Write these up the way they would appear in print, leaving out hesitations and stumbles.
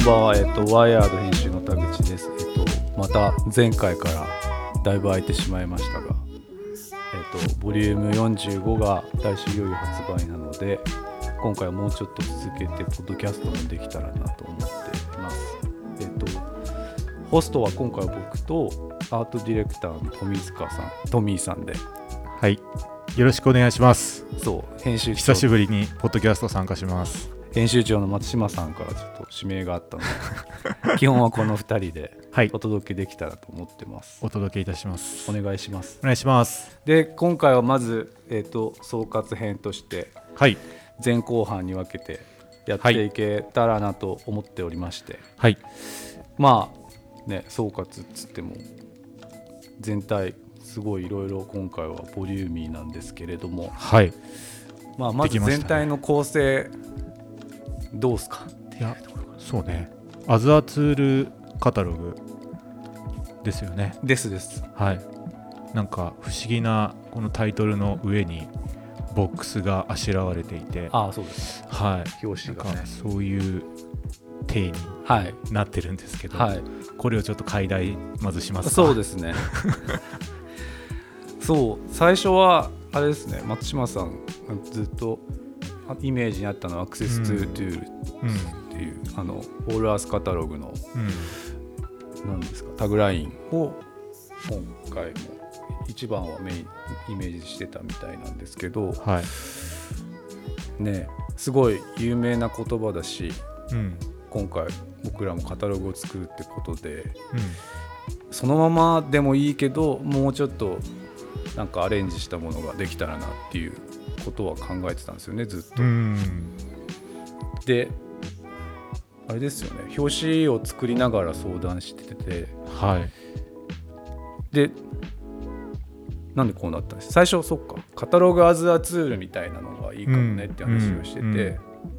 んばんは、ワイヤード編集の田口です。また前回からだいぶ空いてしまいましたが、ボリューム45が来週いよいよ発売なので、今回はもうちょっと続けてポッドキャストもできたらなと思っています。ホストは今回は僕とアートディレクターのトミーさんで、 はい、よろしくお願いします。 そう編集長久しぶりにポッドキャスト参加します。 編集長の松島さんからちょっと指名があったので基本はこの2人でお届けできたらと思ってます、 お届けいたします。 お願いします。 お願いします。 で今回はまず、総括編として、 はい、 前後半に分けてやっていけたらなと思っておりまして、 はい、 まあね、総括っつっても全体すごいいろいろ今回はボリューミーなんですけれども、 はい、 まず全体の構成どうすか。 いや、そうね、アズアツールカタログですよね。 です。 はい、なんか不思議なこのタイトルの上にボックスがあしらわれていて、 そうです、 はい、 表紙がね、 そういう体になってるんですけど、 はい、 これをちょっと解題まずしますか。 そうですねそう、最初はあれですね、松島さんずっとイメージにあったのはアクセストゥートゥールっていう、オールアースカタログの、何ですか、タグラインを今回も一番はイメージしてたみたいなんですけど、 はい、 ね、すごい有名な言葉だし、今回僕らもカタログを作るってことで、そのままでもいいけどもうちょっとなんかアレンジしたものができたらなっていうことは考えてたんですよね、ずっと。であれですよね、表紙を作りながら相談してて、 はい、 でなんでこうなったんです。最初そっか、カタログアズアツールみたいなのがいいかもねって話をしてて、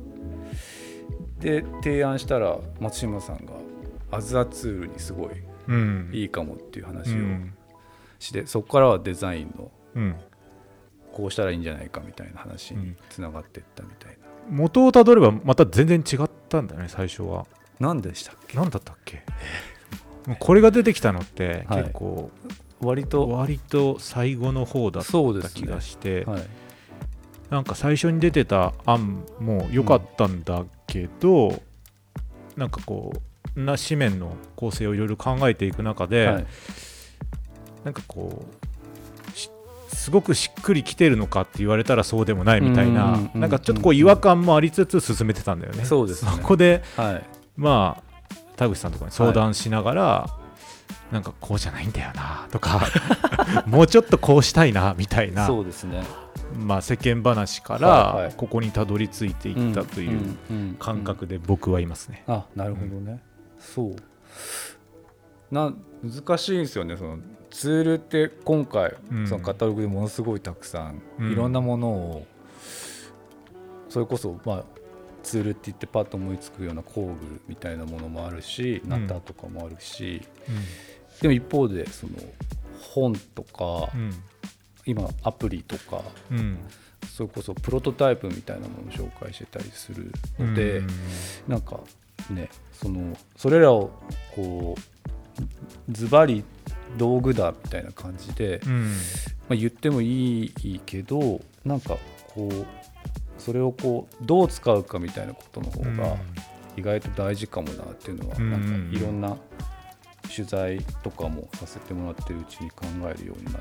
で提案したら松島さんがアズアツールにすごいいいかもっていう話をして、そこからはデザインのこうしたらいいんじゃないかみたいな話につながっていったみたいな。 元をたどればまた全然違ったんだね、最初は。 何でしたっけ。 何だったっけこれが出てきたのって結構、割と最後の方だった気がして、なんか最初に出てた案も良かったんだけど、なんかこう紙面の構成をいろいろ考えていく中で、なんかこうすごくしっくりきてるのかって言われたらそうでもないみたいな、なんかちょっとこう違和感もありつつ進めてたんだよね。 そうですね。 そこで、まあ田口さんとかに相談しながら、なんかこうじゃないんだよなとかもうちょっとこうしたいなみたいな、 そうですね、まあ、 世間話からここにたどり着いていったという感覚で僕はいますね。 なるほどね、そう難しいんですよね、そのツールって今回、そのカタログでものすごいたくさん、いろんなものをそれこそ、ツールって言ってパッと思いつくような工具みたいなものもあるし、ナタとかもあるし、でも一方でその本とか、今アプリとか、それこそプロトタイプみたいなものを紹介してたりするので、なんかね、それらをこうズバリ道具だみたいな感じで、言ってもいいけど、なんかこうそれをこうどう使うかみたいなことの方が意外と大事かもなっていうのは、なんかいろんな取材とかもさせてもらってるうちに考えるようになって、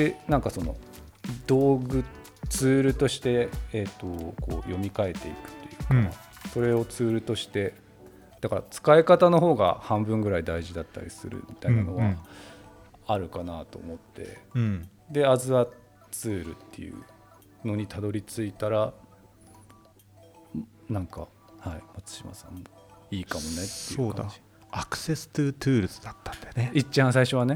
でなんかその道具ツールとして、こう読み替えていくというか、それをツールとしてだから使い方の方が半分ぐらい大事だったりするみたいなのはあるかなと思って、でアズアツールっていうのにたどり着いたら、なんか、松島さんもいいかもねっていう感じ。 そうだ、アクセストゥートゥールズだったんだよね、 一番最初はね。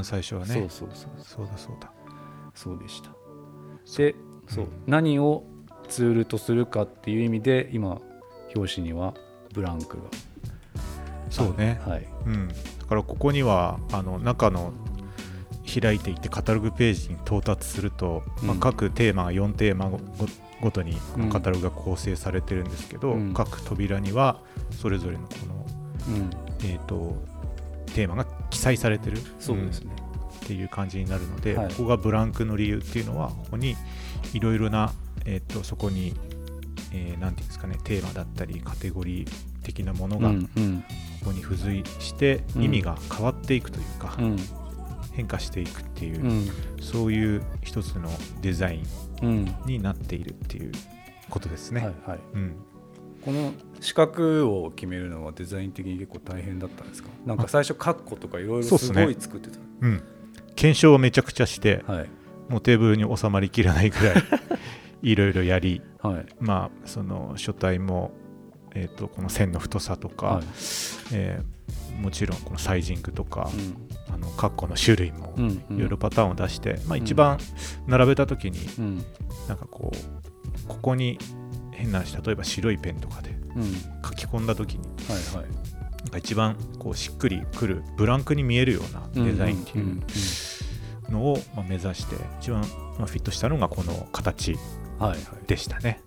そうでした。で、何をツールとするかっていう意味で今表紙にはブランクが、 そうね、だからここには中の開いていってカタログページに到達すると、各テーマが4テーマごとにカタログが構成されてるんですけど、各扉にはそれぞれのこの、テーマが記載されてる、 そうですね、 っていう感じになるので、ここがブランクの理由っていうのは、ここにいろいろな、そこに、なんていうんですかね、テーマだったりカテゴリー的なものがここに付随して意味が変わっていくというか、変化していくっていう、そういう一つのデザインになっているっていうことですね。 この四角を決めるのはデザイン的に結構大変だったんですか？なんか最初カッコとかいろいろすごい作ってた。 検証をめちゃくちゃして、もうテーブルに収まりきらないぐらいいろいろやり、その書体も、この線の太さとか、もちろんこのサイジングとか、カッコの種類もいろいろパターンを出して、一番並べた時に、なんかここに変な話、例えば白いペンとかで書き込んだ時に、なんか一番こうしっくりくるブランクに見えるようなデザインっていうのを目指して、一番フィットしたのがこの形でしたね。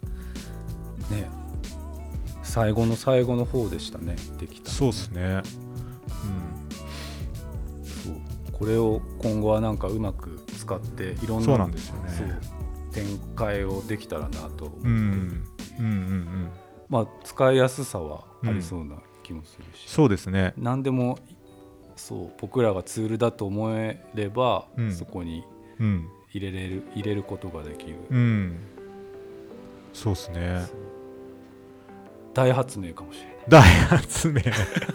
最後の最後の方でしたね、できた。 そうですね。 これを今後はなんかうまく使っていろんな、 そうなんですよね、 展開をできたらなと思って、使いやすさはありそうな気もするし、 そうですね。 何でも僕らがツールだと思えれば、そこに入れることができる。 そうですね。 大発明かもしれない。 大発明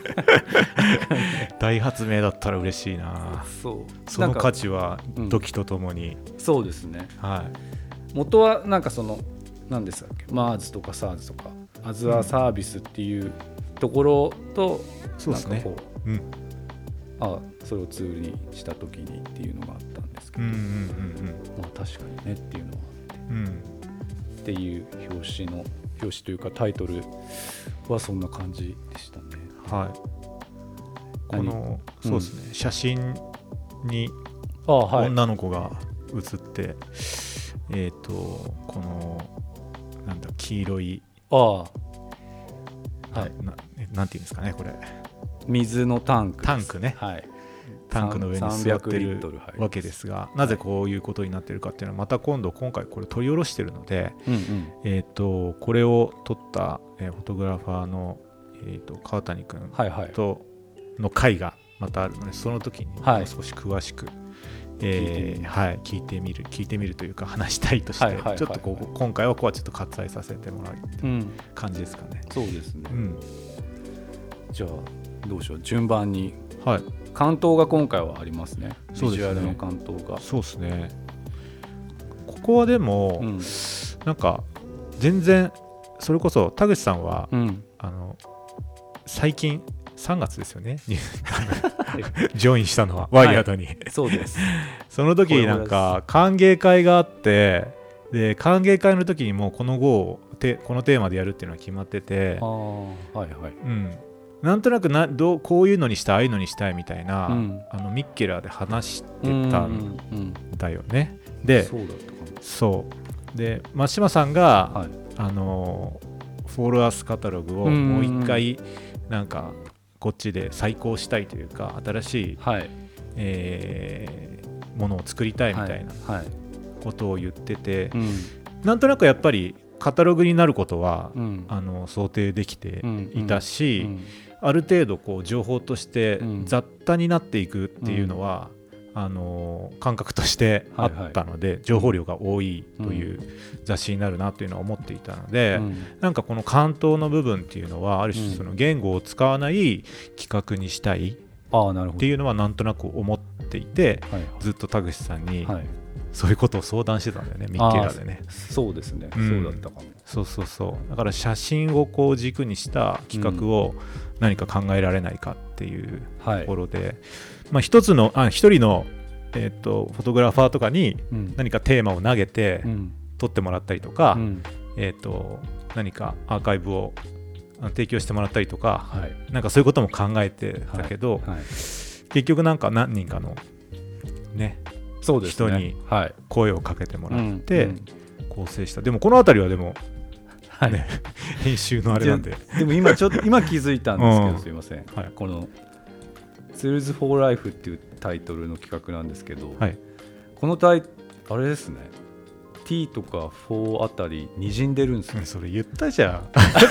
大発明だったら嬉しいな。その価値は時とともに、 そうですね、元はなんか何ですかっけ、MARS とか SARS とか As a Service っていうところと、 そうですね、 それをツールにした時にっていうのがあったんですけど、確かにねっていうのはあって、っていう表紙というかタイトルはそんな感じでしたね。 このそうですね、写真に女の子が写って、このなんだ黄色いなんていうんですかね、これ水のタンクね、タンクの上に座ってるわけですが、なぜこういうことになっているかっていうのは、また今回これ取り下ろしてるので、これを撮った、フォトグラファーの、川谷君との回がまたあるので、その時に少し詳しく、聞いてみるというか話したいとして、ちょっと今回はちょっと割愛させてもらうっていう感じですかね。 そうですね、じゃあどうしよう、順番に。関東が今回はありますね。ビジュアルの関東が。 そうですね。ここはでも、なんか全然それこそ田口さんは、最近3月ですよねジョインしたのはワイヤードに、 そうです。 その時になんか歓迎会があって、で歓迎会の時にもうこのこのテーマでやるっていうのは決まってて、なんとなくこういうのにしたい、ああいうのにしたいみたいな、ミッケラーで話してたんだよね。で、で松島さんが、フォールアースカタログをもう一回なんかこっちで再考したいというか、新しい、ものを作りたいみたいなことを言ってて、なんとなくやっぱりカタログになることは、想定できていたし、ある程度情報として雑多になっていくっていうのは、感覚としてあったので、情報量が多いという雑誌になるなというのは思っていたので、なんかこの関東の部分っていうのはある種その言語を使わない企画にしたいっていうのはなんとなく思っていて、ずっと田口さんにそういうことを相談してたんだよね、ミッケラーでね。 そうですね、そうだったかも。 そうだから写真を軸にした企画を何か考えられないかっていうところで、一人の、フォトグラファーとかに何かテーマを投げて撮ってもらったりとか、何かアーカイブを提供してもらったりとか、なんかそういうことも考えてたけど、結局なんか何人かのね、 そうですね、 人に声をかけてもらって構成した、 うんうん、 でもこの辺りはでも、 はいね、編集のあれなんででも今気づいたんですけど、すいません、 はい、 このツールズ・フォー・ライフっていうタイトルの企画なんですけど、 はい、 このあれですね、 T とか4あたりにじんでるんですよ。 それ言ったじゃん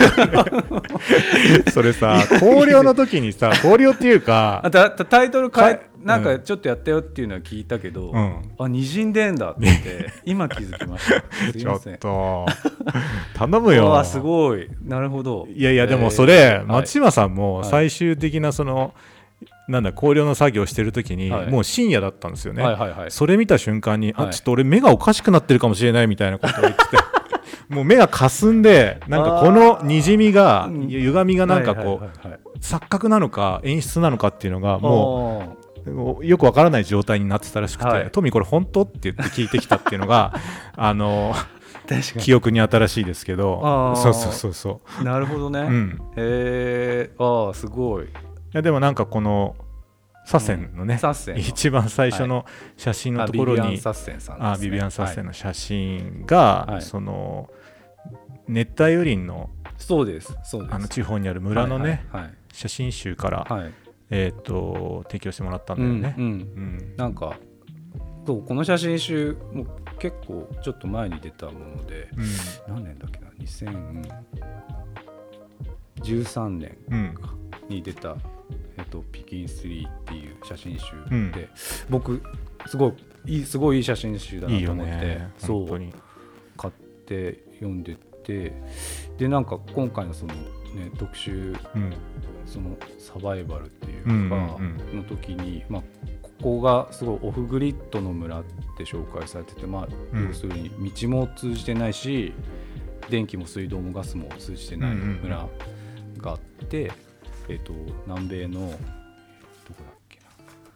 それさ、考慮の時にさ、考慮っていうかタイトルなんかちょっとやったよっていうのは聞いたけど、うん、あ、にじんでんだって今気づきましたすいません、 ちょっと頼むよあ、すごい、なるほど。 いやでもそれ、松島さんも最終的なその、なんだ、考慮の作業してる時に、もう深夜だったんですよね、それ見た瞬間に、ちょっと俺目がおかしくなってるかもしれないみたいなことを言っててもう目がかすんで、なんかこのにじみが、歪みがなんかこう、錯覚なのか演出なのかっていうのがもうよくわからない状態になってたらしくて、トミーこれ本当って言って聞いてきたっていうのが記憶に新しいですけど、そうなるほどね、うん、すごい。 いやでもなんかこのサッセンのね、一番最初の写真のところに、 ビビアン・サッセンさんですね、 ビビアン・サッセンの写真が、その熱帯雨林の地方にある村のね、写真集から、提供してもらったんだよね。 なんかこの写真集も結構ちょっと前に出たもので、何年だっけな、2013年に出た、ピキン3っていう写真集で、僕すごいいい写真集だなと思って、そう買って読んでて、でなんか今回のその、ね、特集、そのサバイバルっていうかの時に、ここがすごいオフグリッドの村って紹介されてて、要するに道も通じてないし、電気も水道もガスも通じてない村があって、南米のどこだっけな、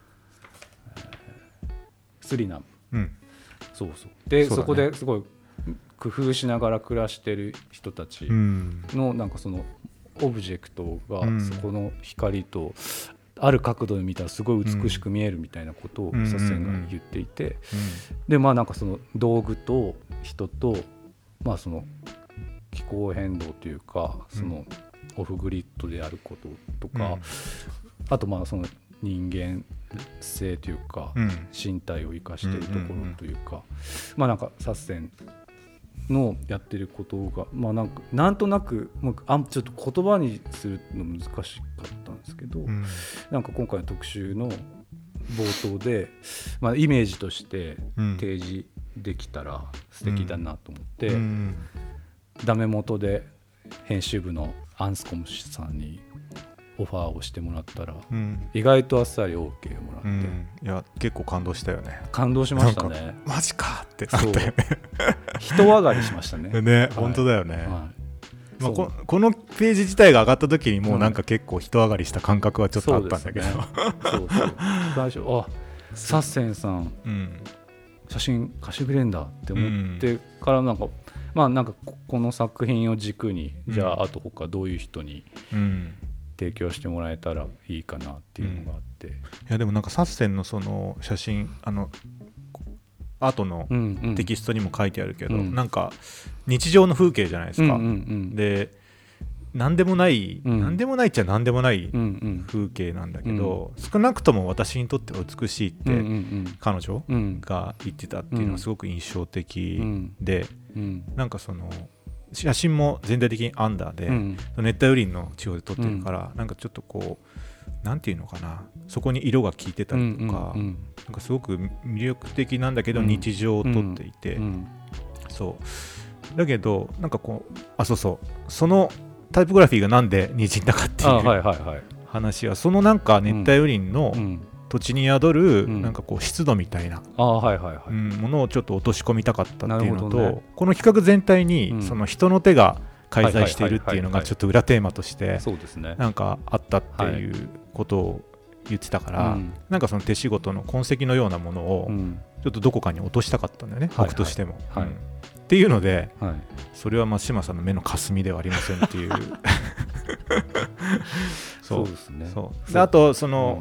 スリナム、そうで、そこですごい工夫しながら暮らしてる人たちの、なんかそのオブジェクトがそこの光とある角度で見たらすごい美しく見えるみたいなことをサッセンが言っていて、でなんかその道具と人と、その気候変動というか、そのオフグリッドであることとか、あとその人間性というか、身体を生かしているところというか、なんかサッセンのやってることが、なんとなくちょっと言葉にするの難しかったんですけど、なんか今回の特集の冒頭で、イメージとして提示できたら素敵だなと思って、ダメ元で編集部のアンスコムさんにオファーをしてもらったら、意外とあっさり OK もらって、 いや結構感動したよね。 感動しましたね。 マジかってなったよね。 人上がりしましたね。 ね、本当だよね。このページ自体が上がった時にもうなんか結構人上がりした感覚はちょっとあったんだけど、 最初サッセンさん、写真貸してくれんだって思ってからなんか、なんかこの作品を軸に、じゃああと他どういう人に提供してもらえたらいいかなっていうのがあって、いやでもなんかサッセンのその写真、アートのテキストにも書いてあるけど、なんか日常の風景じゃないですか。で何でもないっちゃ何でもない風景なんだけど、少なくとも私にとっては美しいって彼女が言ってたっていうのはすごく印象的で、なんかその写真も全体的にアンダーで、熱帯雨林の地方で撮ってるから、なんかちょっとこうなんていうのかな、そこに色が効いてたりとか、なんかすごく魅力的なんだけど日常を撮っていて、そうだけどなんかこうそのタイポグラフィーがなんでにじんだかっていう話は、そのなんか熱帯雨林の土地に宿るなんかこう湿度みたいなものをちょっと落とし込みたかったっていうのと、この企画全体にその人の手が介在しているっていうのがちょっと裏テーマとしてなんかあったっていうことを言ってたから、なんかその手仕事の痕跡のようなものをちょっとどこかに落としたかったんだよね、僕としても。っていうので、それは松島さんの目の霞ではありませんっていうそうですね。あとその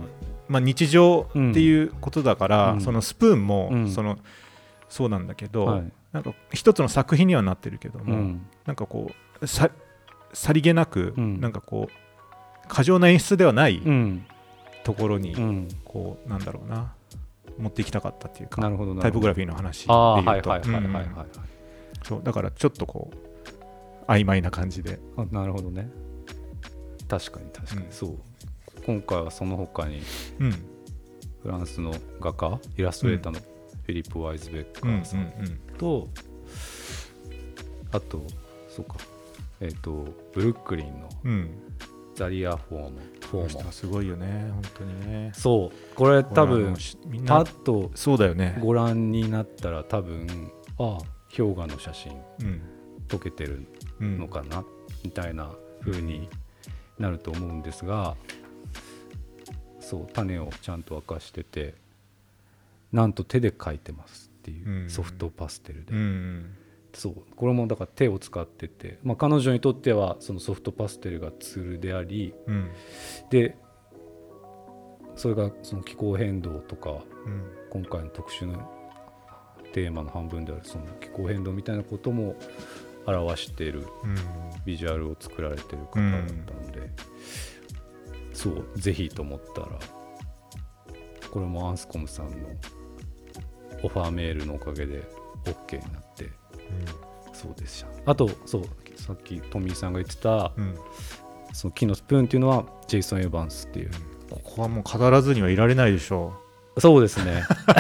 まあ、日常っていうことだから、そのスプーンも、そうなんだけど、 はい、 なんか一つの作品にはなってるけども、なんかこうさりげなく、なんかこう過剰な演出ではないところに、こうなんだろうな、持っていきたかったっていうか、タイポグラフィーの話でいうと、そうだからちょっとこう曖昧な感じで。 なるほどね。確かにそう。今回はその他に、フランスの画家イラストレーターのフィリップ・ワイズベッカーさんと、あとそうか、ブルックリンのザリア・フォーモすごいよね、本当にね。 そうこれ多分パッとそうだよね、 ご覧になったら多分氷河の写真、溶けてるのかな、みたいな風になると思うんですが、そう種をちゃんと明かしてて、なんと手で描いてますっていう、ソフトパステルで、そうこれもだから手を使ってて、まあ、彼女にとってはそのソフトパステルがツールであり、でそれがその気候変動とか、今回の特殊なテーマの半分であるその気候変動みたいなことも表しているビジュアルを作られている方だったので、そうぜひと思ったら、これもアンスコムさんのオファーメールのおかげで OK になって、そうでした。あとそうさっきトミーさんが言ってた、その木のスプーンっていうのはジェイソン・エヴァンスっていう、 ここはもう語らずにはいられないでしょう。そうですね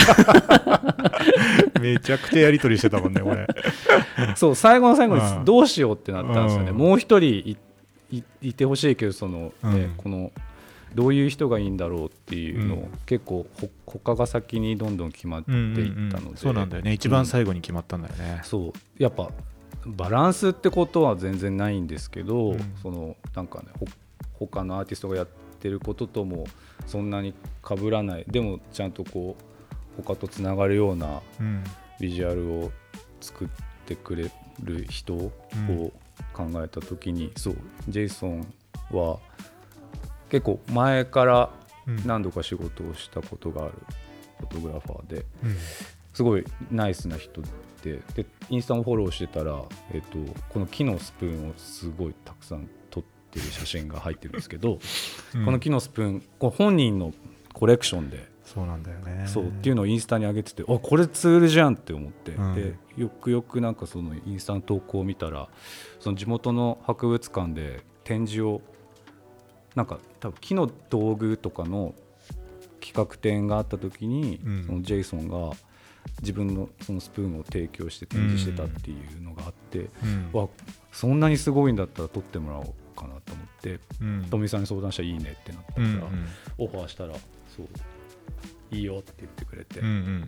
めちゃくちゃやり取りしてたもんねこれそう最後の最後にどうしようってなったんですよね。もう一人 いてほしいけど、その、このどういう人がいいんだろうっていうのを、結構他が先にどんどん決まっていったので、 そうなんだよね、一番最後に決まったんだよね。 そうやっぱバランスってことは全然ないんですけど、そのなんかね他のアーティストがやってることともそんなに被らない、でもちゃんとこう他とつながるようなビジュアルを作ってくれる人を考えた時に、そうジェイソンは結構前から何度か仕事をしたことがあるフォトグラファーで、すごいナイスな人で、インスタもフォローしてたら、この木のスプーンをすごいたくさん撮ってる写真が入ってるんですけど、この木のスプーン、これ本人のコレクションで、 そうなんだよね、 そうっていうのをインスタに上げてて、これツールじゃんって思って、でよくよくなんかそのインスタの投稿を見たら、その地元の博物館で展示をなんか多分木の道具とかの企画展があった時に、そのジェイソンが自分のそのスプーンを提供して展示してたっていうのがあって、わそんなにすごいんだったら撮ってもらおうかなと思って、トミーさんに相談したらいいねってなったから、オファーしたらそういいよって言ってくれて、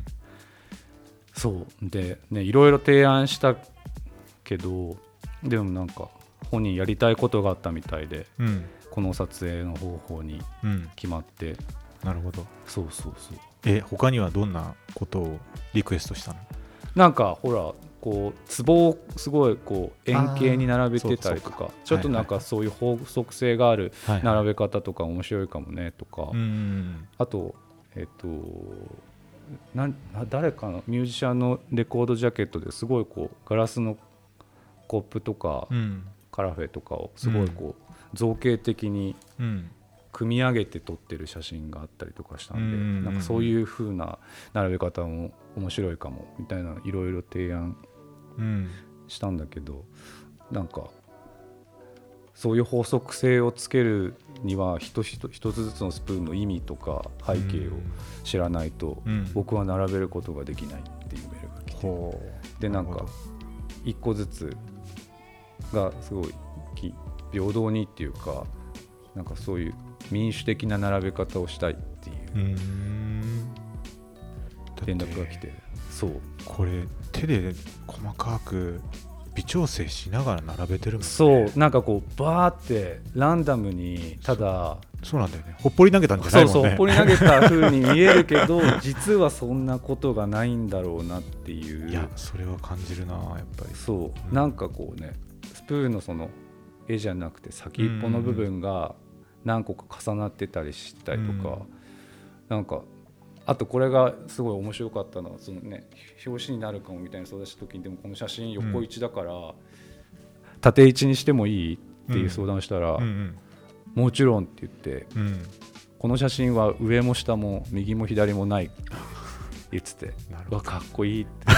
そうでね、いろいろ提案したけど、でもなんか本人やりたいことがあったみたいで、この撮影の方法に決まって、 なるほど、 そうそうそう。 他にはどんなことをリクエストしたの？ なんかほらこう壺をすごいこう円形に並べてたりとか、ちょっとなんかそういう法則性がある並べ方とか面白いかもねとか、あと誰かのミュージシャンのレコードジャケットですごいこうガラスのコップとか、カラフェとかをすごいこう造形的に組み上げて撮ってる写真があったりとかしたんで、なんかそういう風な並べ方も面白いかもみたいないろいろ提案したんだけど、なんかそういう法則性をつけるには一つずつのスプーンの意味とか背景を知らないと僕は並べることができないっていうメールが来て、でなんか一個ずつがすごい平等にっていうか、なんかそういう民主的な並べ方をしたいっていう連絡が来て、そうこれ手で細かく微調整しながら並べてるもんね。 そうなんかこうバーってランダムに、ただそうなんだよね、ほっぽり投げたんじゃないもんね。 そうほっぽり投げた風に見えるけど実はそんなことがないんだろうなっていう。 いやそれは感じるな、やっぱり。 そう、なんかこうね、スプーンのその絵じゃなくて先っぽの部分が何個か重なってたりしたりとか、 なんかあとこれがすごい面白かったのはその、ね、表紙になるかもみたいな相談した時にでもこの写真横位置だから、縦位置にしてもいいっていう相談をしたら、もちろんって言って、この写真は上も下も右も左もないって言ってて、うわかっこいいって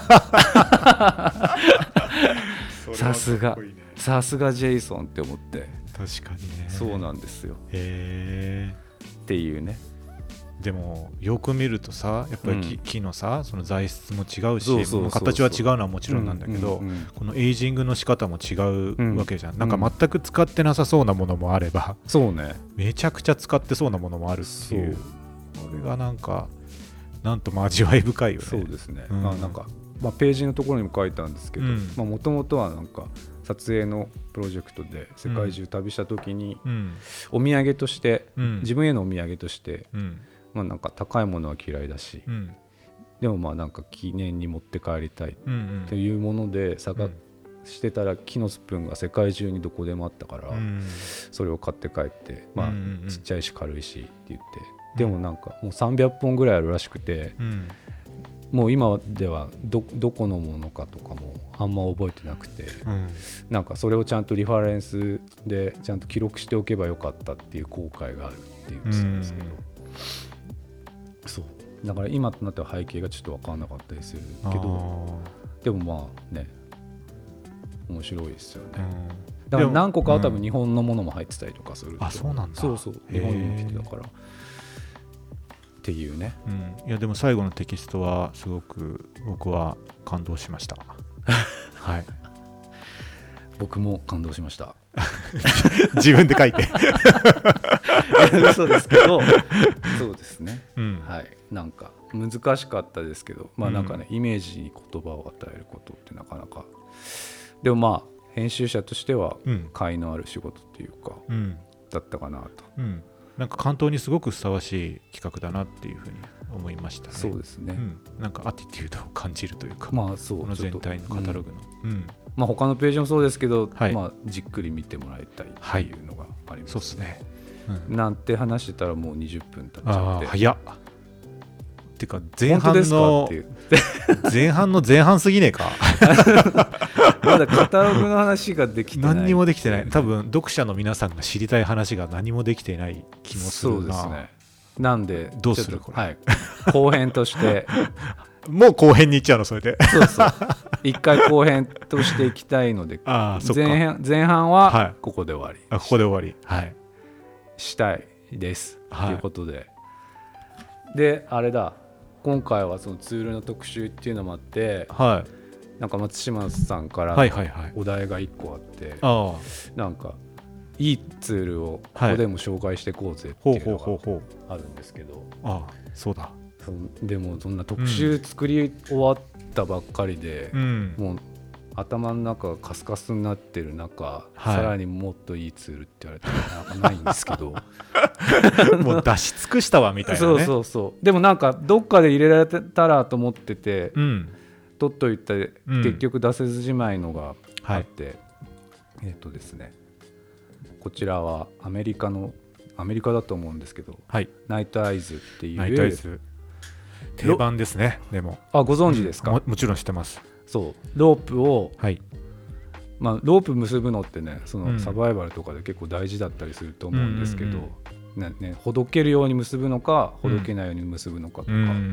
さすがジェイソンって思って。 確かにね。 そうなんですよ。っていうね。 でもよく見るとさやっぱり木のさその材質も違うし形は違うのはもちろんなんだけど、このエイジングの仕方も違うわけじゃん、なんか全く使ってなさそうなものもあれば、 そうね、 めちゃくちゃ使ってそうなものもあるっていう、これがなんとも味わい深いよね。 そうですね、なんか、ページのところにも書いたんですけど、もともとはなんか撮影のプロジェクトで世界中旅した時に、お土産として、自分へのお土産として、なんか高いものは嫌いだし、でもなんか記念に持って帰りたいというもので探してたら木のスプーンが世界中にどこでもあったから、それを買って帰って、ちっちゃいし軽いしって言って、でもなんかもう300本ぐらいあるらしくて、もう今では どこのものかとかもあんま覚えてなくて、なんかそれをちゃんとリファレンスでちゃんと記録しておけばよかったっていう後悔があるって言ってたんですけど、そうだから今となっては背景がちょっと分からなかったりするけど、でもね面白いですよね。だから何個かは多分日本のものも入ってたりとかする。 そうなんだ。 そう日本に来てたからっていうね。 いやでも最後のテキストはすごく僕は感動しましたはい、 僕も感動しました自分で書いて嘘ですけどそうですね、はい、なんか難しかったですけど、なんかね、イメージに言葉を与えることってなかなか、でも編集者としては甲斐のある仕事っていうか、だったかなと、 なんか関東にすごくふさわしい企画だなっていうふうに思いましたね。 そうですね、 なんかアティテュードを感じるというか、 そうこの全体のカタログの、 他のページもそうですけど、じっくり見てもらいたいっていうのがあります、 そうですね、 なんて話してたらもう20分経っちゃって、 早っ。てか前半の前半すぎねえかまだカタログの話ができてない。 何にもできてない。多分読者の皆さんが知りたい話が何もできていない気もするな。 そうですね。なんでどうするこれ、 はい、後編としてもう後編に行っちゃうのそれでそう一回後編としていきたいので前半はここで終わり、 ここで終わり、 したいです、ということで、であれだ、今回はそのツールの特集っていうのもあって、なんか松島さんからお題が1個あって、なんかいいツールをここでも紹介していこうぜっていうのがあるんですけど、 そうだ。 でもそんな特集作り終わったばっかりで、もう頭の中がカスカスになってる中、さらにもっといいツールって言われたらなかなかないんですけどもう出し尽くしたわみたいなね。 そうでもなんかどっかで入れられたらと思ってて、取っといて結局出せずじまいのがあって、ですね、こちらはアメリカだと思うんですけど、ナイトアイズっていう、 ナイトアイズ定番ですね。でもご存知ですか？ もちろん知ってます。 そうロープを、ロープ結ぶのってね、そのサバイバルとかで結構大事だったりすると思うんですけど、ほどけるように結ぶのかほどけないように結ぶのかとか、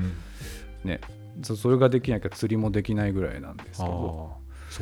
それができなきゃ釣りもできないぐらいなんですけど、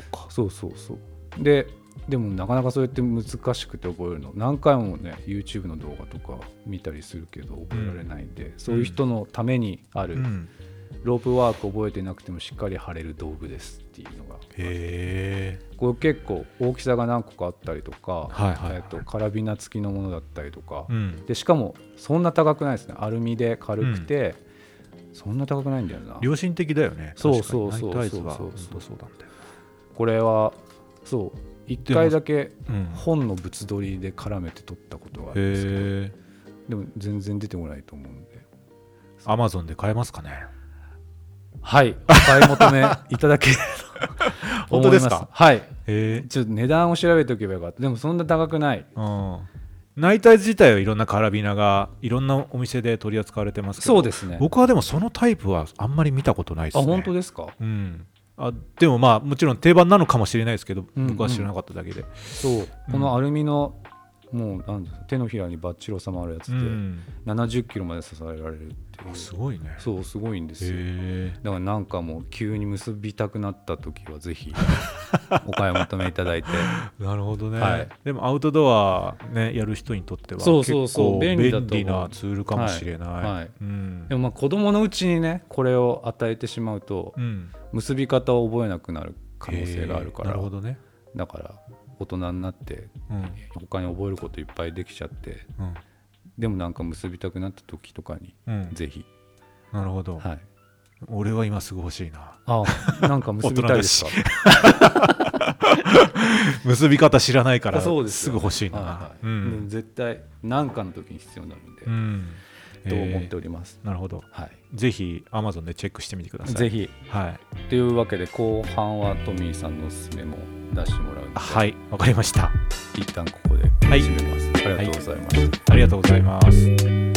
でもなかなかそうやって難しくて覚えるの、何回もね YouTube の動画とか見たりするけど覚えられないんで、そういう人のためにある、ロープワーク覚えてなくてもしっかり貼れる道具ですっていうのが、これ結構大きさが何個かあったりとか、カラビナ付きのものだったりとか、でしかもそんな高くないですね。アルミで軽くて、そんな高くないんだよな。 良心的だよね。 そうナイトアイズはそうなんだよ。これは1回だけ本の物撮りで絡めて撮ったことがあるんですけど、でも全然出てこないと思うんで、 Amazon で買えますかね？ はい、お買い求めいただけると思います。 本当ですか？ はい。ちょっと値段を調べておけばよかった。でもそんな高くない。 なナイターズ自体はいろんなカラビナがいろんなお店で取り扱われてますけど、 そうですね、 僕はでもそのタイプはあんまり見たことないですね。 あ、本当ですか。 でもまあもちろん定番なのかもしれないですけど、僕は知らなかっただけで、 そう、このアルミのもうなん手のひらにバッチリ収まるやつで、70キロまで支えられるっていう。 すごいね。 そう、すごいんですよ。だからなんかもう急に結びたくなった時はぜひお買い求めいただいてなるほどね、でもアウトドア、ね、やる人にとっては結構便利なツールかもしれない。 でもまあ子供のうちにねこれを与えてしまうと、結び方を覚えなくなる可能性があるから、 なるほどね。 だから大人になって他に覚えることいっぱいできちゃって、でもなんか結びたくなった時とかにぜひ。 なるほど、俺は今すぐ欲しいな。 なんか結びたいですか結び方知らないからすぐ欲しいな。 絶対何かの時に必要になるんで、と思っております。 なるほど、ぜひ Amazon でチェックしてみてください。 ぜひ、というわけで後半はトミーさんのおすすめも出してもらうので、 はい、わかりました。 一旦ここで締めます。ありがとうございました。 ありがとうございます。